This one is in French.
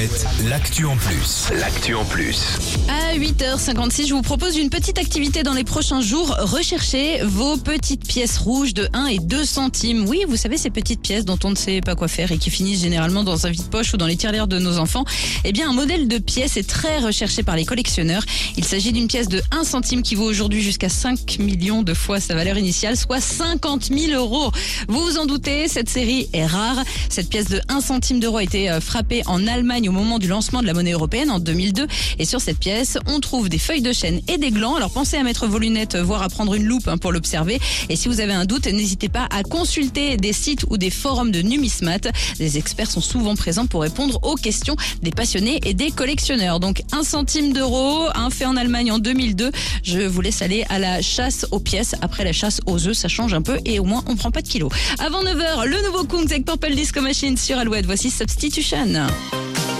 Alouette, l'actu en plus. L'actu en plus. À 8h56, je vous propose une petite activité dans les prochains jours. Recherchez vos petites pièces rouges de 1 et 2 centimes. Oui, vous savez, ces petites pièces dont on ne sait pas quoi faire et qui finissent généralement dans un vide-poche ou dans les tirelires de nos enfants. Eh bien, un modèle de pièce est très recherché par les collectionneurs. Il s'agit d'une pièce de 1 centime qui vaut aujourd'hui jusqu'à 5 millions de fois sa valeur initiale, soit 50 000 euros. Vous vous en doutez, cette série est rare. Cette pièce de 1 centime d'euro a été frappée en Allemagne au moment du lancement de la monnaie européenne en 2002. Et sur cette pièce, on trouve des feuilles de chêne et des glands. Alors pensez à mettre vos lunettes, voire à prendre une loupe pour l'observer. Et si vous avez un doute, n'hésitez pas à consulter des sites ou des forums de numismates. Des experts sont souvent présents pour répondre aux questions des passionnés et des collectionneurs. Donc 1 centime d'euro, fait en Allemagne en 2002. Je vous laisse aller à la chasse aux pièces. Après la chasse aux œufs, ça change un peu et au moins on prend pas de kilos. Avant 9h, le nouveau Kungs avec Purple Disco Machine sur Alouette. Voici Substitution.